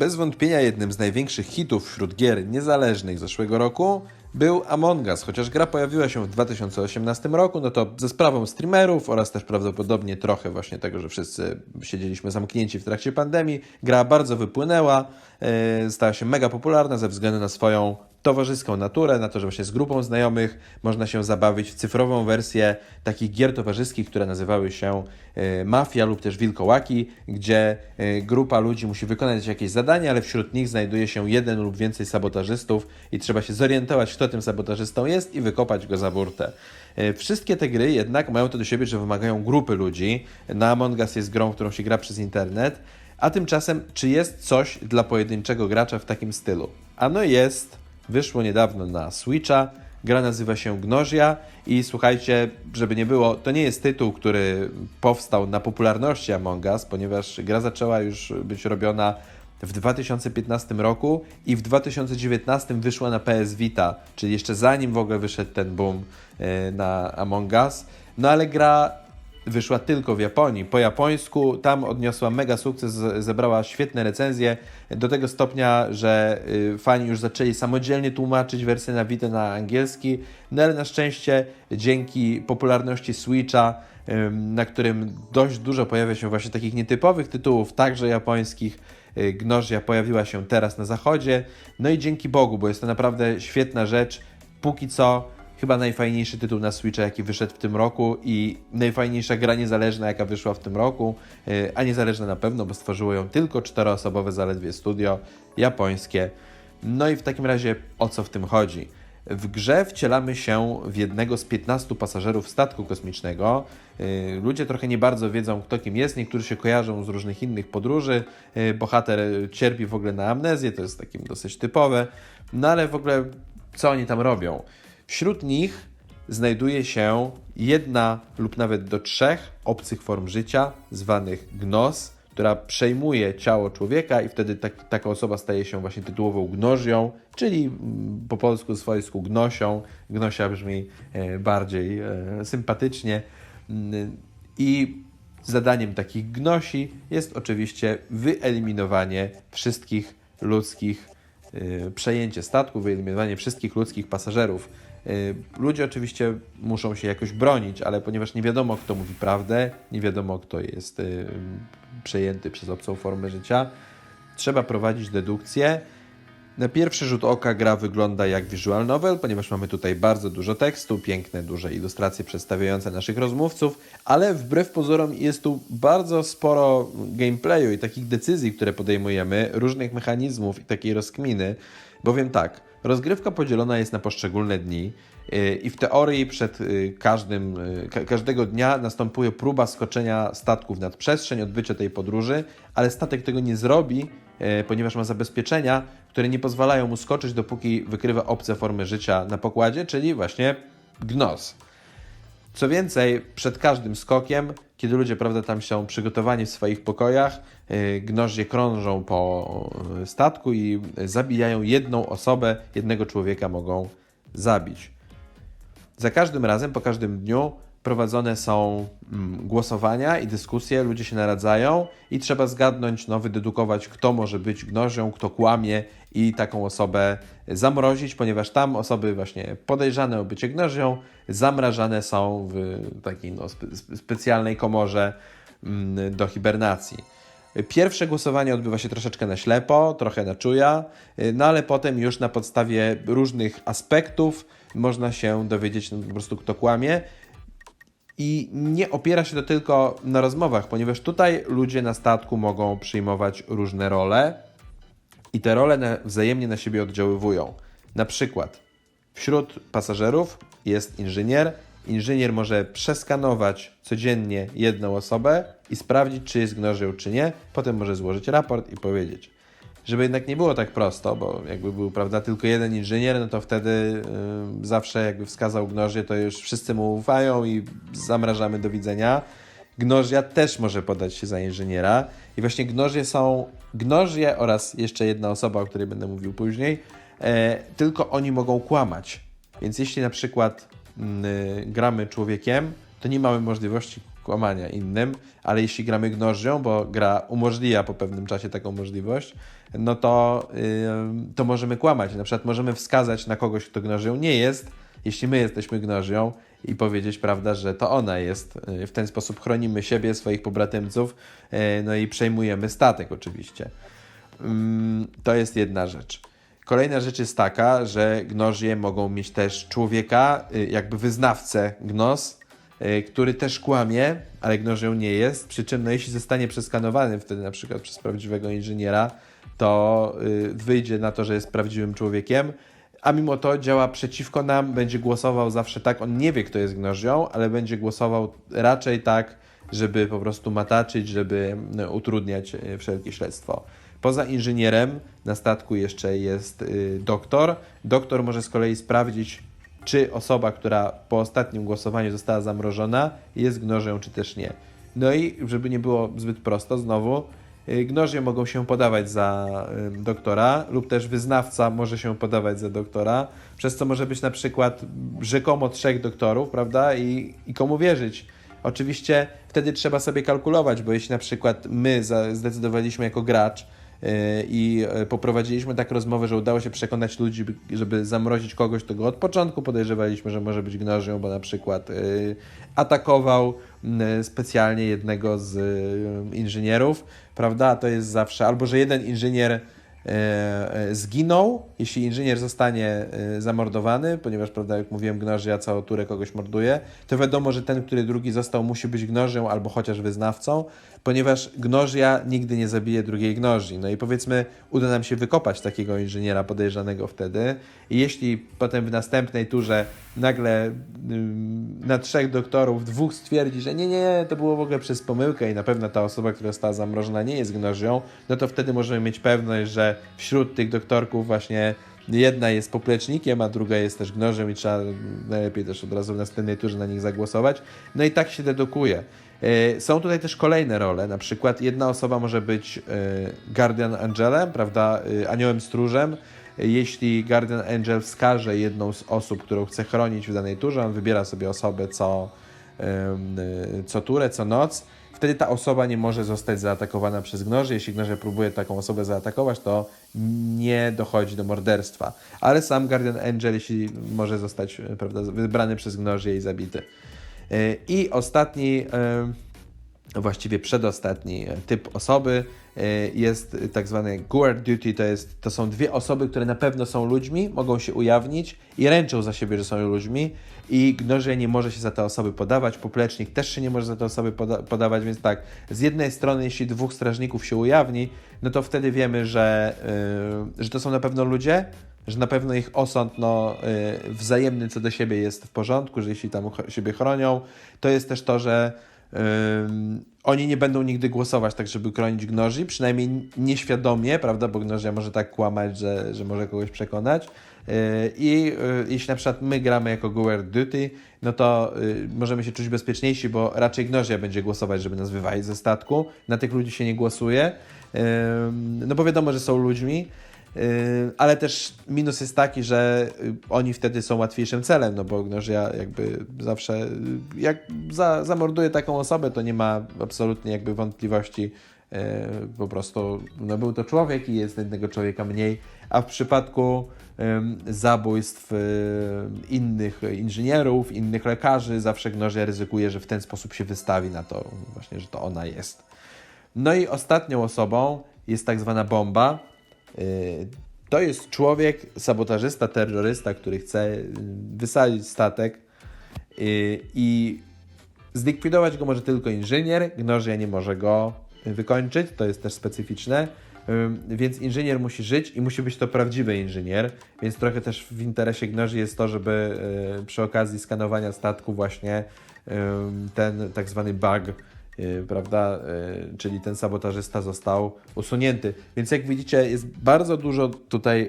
Bez wątpienia jednym z największych hitów wśród gier niezależnych zeszłego roku był Among Us. Chociaż gra pojawiła się w 2018 roku, no to ze sprawą streamerów oraz też prawdopodobnie trochę właśnie tego, że wszyscy siedzieliśmy zamknięci w trakcie pandemii, gra bardzo wypłynęła, stała się mega popularna ze względu na swoją towarzyską naturę, na to, że właśnie z grupą znajomych można się zabawić w cyfrową wersję takich gier towarzyskich, które nazywały się Mafia lub też Wilkołaki, gdzie grupa ludzi musi wykonać jakieś zadanie, ale wśród nich znajduje się jeden lub więcej sabotażystów i trzeba się zorientować, kto tym sabotażystą jest i wykopać go za burtę. Wszystkie te gry jednak mają to do siebie, że wymagają grupy ludzi. Na Among Us jest grą, którą się gra przez internet, a tymczasem czy jest coś dla pojedynczego gracza w takim stylu? Ano jest. Wyszło niedawno na Switcha, gra nazywa się Gnosia i słuchajcie, żeby nie było, to nie jest tytuł, który powstał na popularności Among Us, ponieważ gra zaczęła już być robiona w 2015 roku i w 2019 wyszła na PS Vita, czyli jeszcze zanim w ogóle wyszedł ten boom na Among Us. No ale gra wyszła tylko w Japonii, po japońsku, tam odniosła mega sukces, zebrała świetne recenzje, do tego stopnia, że fani już zaczęli samodzielnie tłumaczyć wersję na Vita na angielski, no ale na szczęście dzięki popularności Switcha, na którym dość dużo pojawia się właśnie takich nietypowych tytułów, także japońskich, Gnosia pojawiła się teraz na zachodzie, no i dzięki Bogu, bo jest to naprawdę świetna rzecz, póki co chyba najfajniejszy tytuł na Switcha, jaki wyszedł w tym roku i najfajniejsza gra niezależna, jaka wyszła w tym roku, a niezależna na pewno, bo stworzyło ją tylko 4-osobowe zaledwie studio japońskie. No i w takim razie o co w tym chodzi? W grze wcielamy się w jednego z 15 pasażerów statku kosmicznego. Ludzie trochę nie bardzo wiedzą, kto kim jest, niektórzy się kojarzą z różnych innych podróży. Bohater cierpi w ogóle na amnezję, to jest takim dosyć typowe. No ale w ogóle co oni tam robią? Wśród nich znajduje się jedna lub nawet do 3 obcych form życia, zwanych Gnos, która przejmuje ciało człowieka i wtedy taka osoba staje się właśnie tytułową Gnosią, czyli po polsku swojsku Gnosią. Gnosia brzmi bardziej sympatycznie. I zadaniem takich Gnosi jest oczywiście wyeliminowanie wszystkich ludzkich, przejęcie statku, wyeliminowanie wszystkich ludzkich pasażerów. Ludzie oczywiście muszą się jakoś bronić, ale ponieważ nie wiadomo, kto mówi prawdę, nie wiadomo, kto jest przejęty przez obcą formę życia, trzeba prowadzić dedukcję. Na pierwszy rzut oka gra wygląda jak visual novel, ponieważ mamy tutaj bardzo dużo tekstu, piękne, duże ilustracje przedstawiające naszych rozmówców, ale wbrew pozorom jest tu bardzo sporo gameplayu i takich decyzji, które podejmujemy, różnych mechanizmów i takiej rozkminy, bowiem tak, rozgrywka podzielona jest na poszczególne dni i w teorii przed każdego dnia następuje próba skoczenia statku w nadprzestrzeń, odbycia tej podróży, ale statek tego nie zrobi, ponieważ ma zabezpieczenia, które nie pozwalają mu skoczyć, dopóki wykrywa obce formy życia na pokładzie, czyli właśnie Gnos. Co więcej, przed każdym skokiem, kiedy ludzie, prawda, tam są przygotowani w swoich pokojach, Gnosie krążą po statku i zabijają jedną osobę, jednego człowieka mogą zabić. Za każdym razem, po każdym dniu prowadzone są głosowania i dyskusje, ludzie się naradzają i trzeba zgadnąć, wydedukować, kto może być Gnosią, kto kłamie i taką osobę zamrozić, ponieważ tam osoby właśnie podejrzane o bycie Gnosią zamrażane są w takiej specjalnej komorze do hibernacji. Pierwsze głosowanie odbywa się troszeczkę na ślepo, trochę na czuja, no ale potem już na podstawie różnych aspektów można się dowiedzieć po prostu, kto kłamie. I nie opiera się to tylko na rozmowach, ponieważ tutaj ludzie na statku mogą przyjmować różne role i te role wzajemnie na siebie oddziaływują. Na przykład wśród pasażerów jest inżynier. Inżynier może przeskanować codziennie jedną osobę i sprawdzić, czy jest Gnosią, czy nie. Potem może złożyć raport i powiedzieć. Żeby jednak nie było tak prosto, bo jakby był, prawda, tylko jeden inżynier, no to wtedy zawsze jakby wskazał Gnosię, to już wszyscy mu ufają i zamrażamy, do widzenia. Gnosia też może podać się za inżyniera i właśnie Gnosie oraz jeszcze jedna osoba, o której będę mówił później, tylko oni mogą kłamać. Więc jeśli na przykład gramy człowiekiem, to nie mamy możliwości kłamania innym, ale jeśli gramy gnożią, bo gra umożliwia po pewnym czasie taką możliwość, no to możemy kłamać. Na przykład możemy wskazać na kogoś, kto gnożią nie jest, jeśli my jesteśmy gnożią i powiedzieć, prawda, że to ona jest. W ten sposób chronimy siebie, swoich pobratymców, no i przejmujemy statek oczywiście. To jest jedna rzecz. Kolejna rzecz jest taka, że gnożie mogą mieć też człowieka, jakby wyznawcę gnos, który też kłamie, ale gnożą nie jest. Przy czym, no, jeśli zostanie przeskanowany wtedy na przykład przez prawdziwego inżyniera, to wyjdzie na to, że jest prawdziwym człowiekiem, a mimo to działa przeciwko nam, będzie głosował zawsze tak, on nie wie, kto jest gnożią, ale będzie głosował raczej tak, żeby po prostu mataczyć, żeby utrudniać wszelkie śledztwo. Poza inżynierem na statku jeszcze jest doktor. Doktor może z kolei sprawdzić, czy osoba, która po ostatnim głosowaniu została zamrożona, jest gnożą, czy też nie. No i żeby nie było zbyt prosto, znowu, gnożie mogą się podawać za doktora lub też wyznawca może się podawać za doktora, przez co może być na przykład rzekomo 3 doktorów, prawda, i komu wierzyć. Oczywiście wtedy trzeba sobie kalkulować, bo jeśli na przykład my zdecydowaliśmy jako gracz i poprowadziliśmy tak rozmowę, że udało się przekonać ludzi, żeby zamrozić kogoś, kto go od początku podejrzewaliśmy, że może być gnożą, bo na przykład atakował specjalnie jednego z inżynierów, prawda? To jest zawsze, albo że jeden inżynier zginął, jeśli inżynier zostanie zamordowany, ponieważ, prawda, jak mówiłem, gnożia całą turę kogoś morduje, to wiadomo, że ten, który drugi został, musi być gnożą albo chociaż wyznawcą, ponieważ gnożia nigdy nie zabije drugiej gnożi. No i powiedzmy, uda nam się wykopać takiego inżyniera podejrzanego wtedy i jeśli potem w następnej turze nagle na 3 doktorów 2 stwierdzi, że nie, to było w ogóle przez pomyłkę i na pewno ta osoba, która została zamrożona, nie jest gnożią, no to wtedy możemy mieć pewność, że wśród tych doktorków właśnie jedna jest poplecznikiem, a druga jest też gnożem i trzeba najlepiej też od razu w następnej turze na nich zagłosować. No i tak się dedukuje. Są tutaj też kolejne role, na przykład jedna osoba może być Guardian Angelem, prawda, aniołem stróżem. Jeśli Guardian Angel wskaże jedną z osób, którą chce chronić w danej turze, on wybiera sobie osobę co turę, co noc, wtedy ta osoba nie może zostać zaatakowana przez gnoży. Jeśli gnoże próbuje taką osobę zaatakować, to nie dochodzi do morderstwa. Ale sam Guardian Angel, jeśli może zostać, prawda, wybrany przez gnoży i zabity. I ostatni, właściwie przedostatni typ osoby jest tak zwany guard duty, to są 2 osoby, które na pewno są ludźmi, mogą się ujawnić i ręczą za siebie, że są ludźmi i gnoże nie może się za te osoby podawać, poplecznik też się nie może za te osoby podawać, więc tak, z jednej strony jeśli 2 strażników się ujawni, no to wtedy wiemy, że to są na pewno ludzie, że na pewno ich osąd wzajemny co do siebie jest w porządku, że jeśli tam siebie chronią, to jest też to, że oni nie będą nigdy głosować tak, żeby chronić gnoży, przynajmniej nieświadomie, prawda, bo gnożia może tak kłamać, że może kogoś przekonać. I jeśli na przykład my gramy jako guard duty, no to możemy się czuć bezpieczniejsi, bo raczej gnożia będzie głosować, żeby nas wywalić ze statku. Na tych ludzi się nie głosuje, no bo wiadomo, że są ludźmi. Ale też minus jest taki, że oni wtedy są łatwiejszym celem, no bo gnożia jakby zawsze, jak zamorduje taką osobę, to nie ma absolutnie jakby wątpliwości, po prostu no był to człowiek i jest jednego człowieka mniej, a w przypadku zabójstw innych inżynierów, innych lekarzy, zawsze gnożia ryzykuje, że w ten sposób się wystawi na to właśnie, że to ona jest. No i ostatnią osobą jest tak zwana bomba. To jest człowiek, sabotażysta, terrorysta, który chce wysadzić statek i zlikwidować go może tylko inżynier, gnożia nie może go wykończyć, to jest też specyficzne, więc inżynier musi żyć i musi być to prawdziwy inżynier, więc trochę też w interesie gnoży jest to, żeby przy okazji skanowania statku właśnie ten tak zwany bug, prawda, czyli ten sabotażysta został usunięty. Więc jak widzicie, jest bardzo dużo tutaj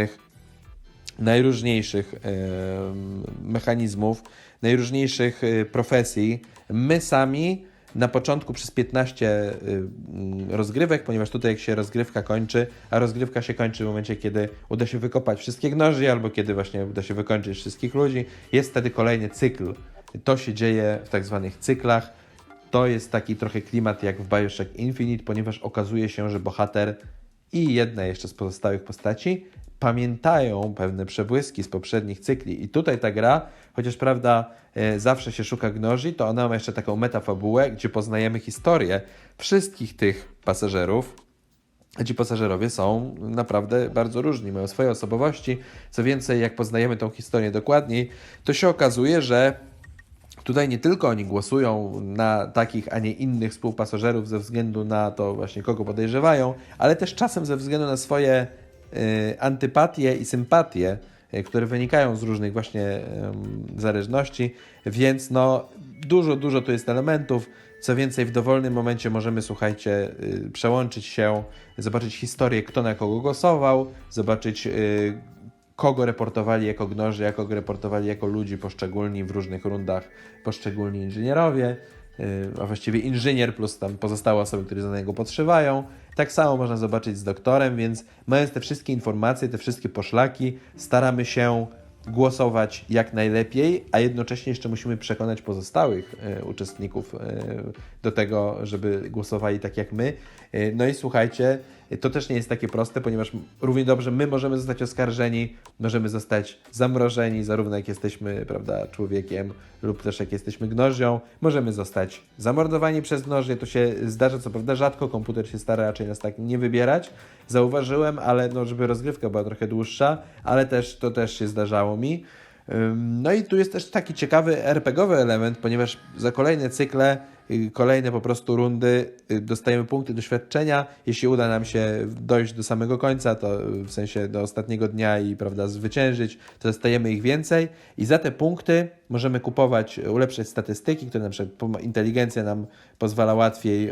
najróżniejszych mechanizmów, najróżniejszych profesji. My sami na początku przez 15 rozgrywek, ponieważ tutaj jak się rozgrywka kończy, a rozgrywka się kończy w momencie, kiedy uda się wykopać wszystkie gnoży, albo kiedy właśnie uda się wykończyć wszystkich ludzi, jest wtedy kolejny cykl. To się dzieje w tak zwanych cyklach. to jest taki trochę klimat jak w BioShock Infinite, ponieważ okazuje się, że bohater i jedna jeszcze z pozostałych postaci pamiętają pewne przebłyski z poprzednich cykli. I tutaj ta gra, chociaż prawda zawsze się szuka gnozi, to ona ma jeszcze taką metafabułę, gdzie poznajemy historię wszystkich tych pasażerów. Ci pasażerowie są naprawdę bardzo różni, mają swoje osobowości. Co więcej, jak poznajemy tą historię dokładniej, to się okazuje, że tutaj nie tylko oni głosują na takich, a nie innych współpasażerów ze względu na to właśnie kogo podejrzewają, ale też czasem ze względu na swoje antypatie i sympatie, które wynikają z różnych właśnie zależności, więc no dużo tu jest elementów. Co więcej, w dowolnym momencie możemy, słuchajcie, przełączyć się, zobaczyć historię, kto na kogo głosował, zobaczyć kogo reportowali jako gnoży, jak go reportowali jako ludzi poszczególni w różnych rundach, poszczególni inżynierowie, a właściwie inżynier plus tam pozostałe osoby, które za niego podszywają. Tak samo można zobaczyć z doktorem, więc mając te wszystkie informacje, te wszystkie poszlaki, staramy się głosować jak najlepiej, a jednocześnie jeszcze musimy przekonać pozostałych uczestników do tego, żeby głosowali tak jak my. No i słuchajcie, to też nie jest takie proste, ponieważ równie dobrze my możemy zostać oskarżeni, możemy zostać zamrożeni, zarówno jak jesteśmy, prawda, człowiekiem, lub też jak jesteśmy gnożią, możemy zostać zamordowani przez gnożię, to się zdarza co prawda rzadko, komputer się stara raczej nas tak nie wybierać, zauważyłem, ale no, żeby rozgrywka była trochę dłuższa, ale to też się zdarzało mi. No i tu jest też taki ciekawy RPG-owy element, ponieważ za kolejne cykle, kolejne po prostu rundy dostajemy punkty doświadczenia. Jeśli uda nam się dojść do samego końca, to w sensie do ostatniego dnia i prawda, zwyciężyć, to dostajemy ich więcej i za te punkty możemy kupować, ulepszać statystyki, które na przykład inteligencja nam pozwala łatwiej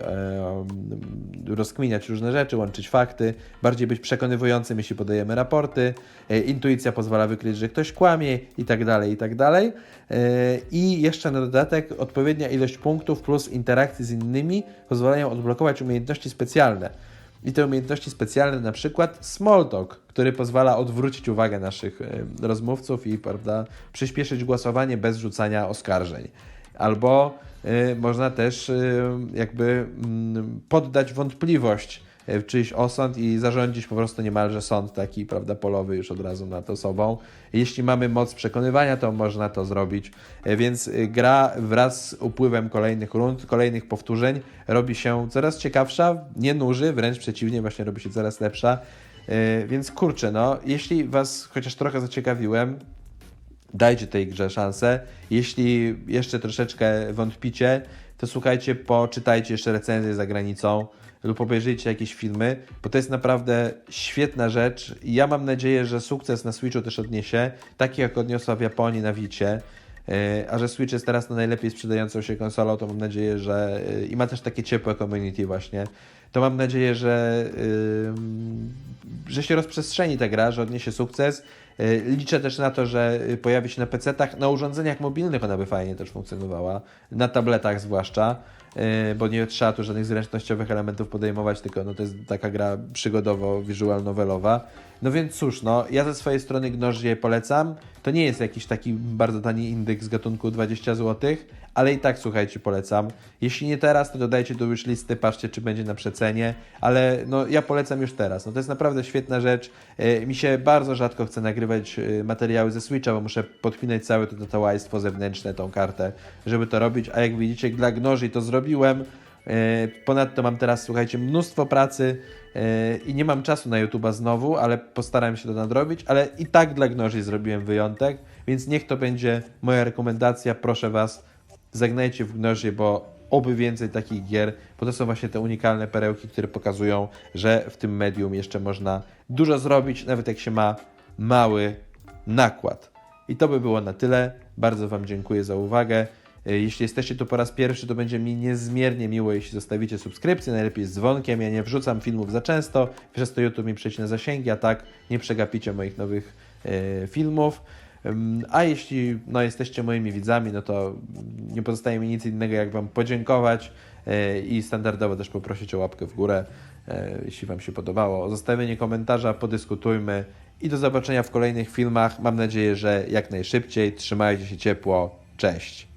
rozkminiać różne rzeczy, łączyć fakty, bardziej być przekonywującym, jeśli podajemy raporty, intuicja pozwala wykryć, że ktoś kłamie i tak dalej, i tak dalej. I jeszcze na dodatek odpowiednia ilość punktów plus interakcji z innymi pozwalają odblokować umiejętności specjalne. I te umiejętności specjalne, na przykład small talk, który pozwala odwrócić uwagę naszych rozmówców i prawda, przyspieszyć głosowanie bez rzucania oskarżeń. Albo można też jakby poddać wątpliwość w czyjś osąd i zarządzić po prostu niemalże sąd taki, prawda, polowy już od razu nad osobą. Jeśli mamy moc przekonywania, to można to zrobić. Więc gra wraz z upływem kolejnych rund, kolejnych powtórzeń robi się coraz ciekawsza, nie nuży, wręcz przeciwnie, właśnie robi się coraz lepsza. Więc kurczę, no, jeśli Was chociaż trochę zaciekawiłem, dajcie tej grze szansę. Jeśli jeszcze troszeczkę wątpicie, to słuchajcie, poczytajcie jeszcze recenzje za granicą lub obejrzyjcie jakieś filmy, bo to jest naprawdę świetna rzecz i ja mam nadzieję, że sukces na Switchu też odniesie, taki jak odniosła w Japonii na Vicie, a że Switch jest teraz najlepiej sprzedającą się konsolą, to mam nadzieję, że i ma też takie ciepłe community właśnie, to mam nadzieję, że się rozprzestrzeni ta gra, że odniesie sukces. Liczę też na to, że pojawi się na PC-tach, na urządzeniach mobilnych ona by fajnie też funkcjonowała, na tabletach zwłaszcza, bo nie trzeba tu żadnych zręcznościowych elementów podejmować, tylko no to jest taka gra przygodowo-visual-novelowa. No więc cóż, no ja ze swojej strony Gnożię polecam. To nie jest jakiś taki bardzo tani indyk z gatunku 20 zł, ale i tak słuchajcie, polecam. Jeśli nie teraz, to dodajcie do już listy, patrzcie czy będzie na przecenie, ale no ja polecam już teraz. No to jest naprawdę świetna rzecz. Mi się bardzo rzadko chce nagrywać materiały ze Switcha, bo muszę podpinać całe to tatuajstwo zewnętrzne, tą kartę, żeby to robić, a jak widzicie dla Gnożi to zrobiłem. Ponadto mam teraz, słuchajcie, mnóstwo pracy i nie mam czasu na YouTube'a znowu, ale postaram się to nadrobić, ale i tak dla Gnoży zrobiłem wyjątek, więc niech to będzie moja rekomendacja. Proszę Was, zagnajcie w Gnoży, bo oby więcej takich gier, bo to są właśnie te unikalne perełki, które pokazują, że w tym medium jeszcze można dużo zrobić, nawet jak się ma mały nakład. I to by było na tyle. Bardzo Wam dziękuję za uwagę. Jeśli jesteście tu po raz pierwszy, to będzie mi niezmiernie miło, jeśli zostawicie subskrypcję, najlepiej z dzwonkiem. Ja nie wrzucam filmów za często, przez to YouTube mi przecina zasięgi, a tak nie przegapicie moich nowych filmów. A jeśli no, jesteście moimi widzami, no to nie pozostaje mi nic innego, jak Wam podziękować i standardowo też poprosić o łapkę w górę, jeśli Wam się podobało, o zostawienie komentarza, podyskutujmy i do zobaczenia w kolejnych filmach. Mam nadzieję, że jak najszybciej. Trzymajcie się ciepło. Cześć!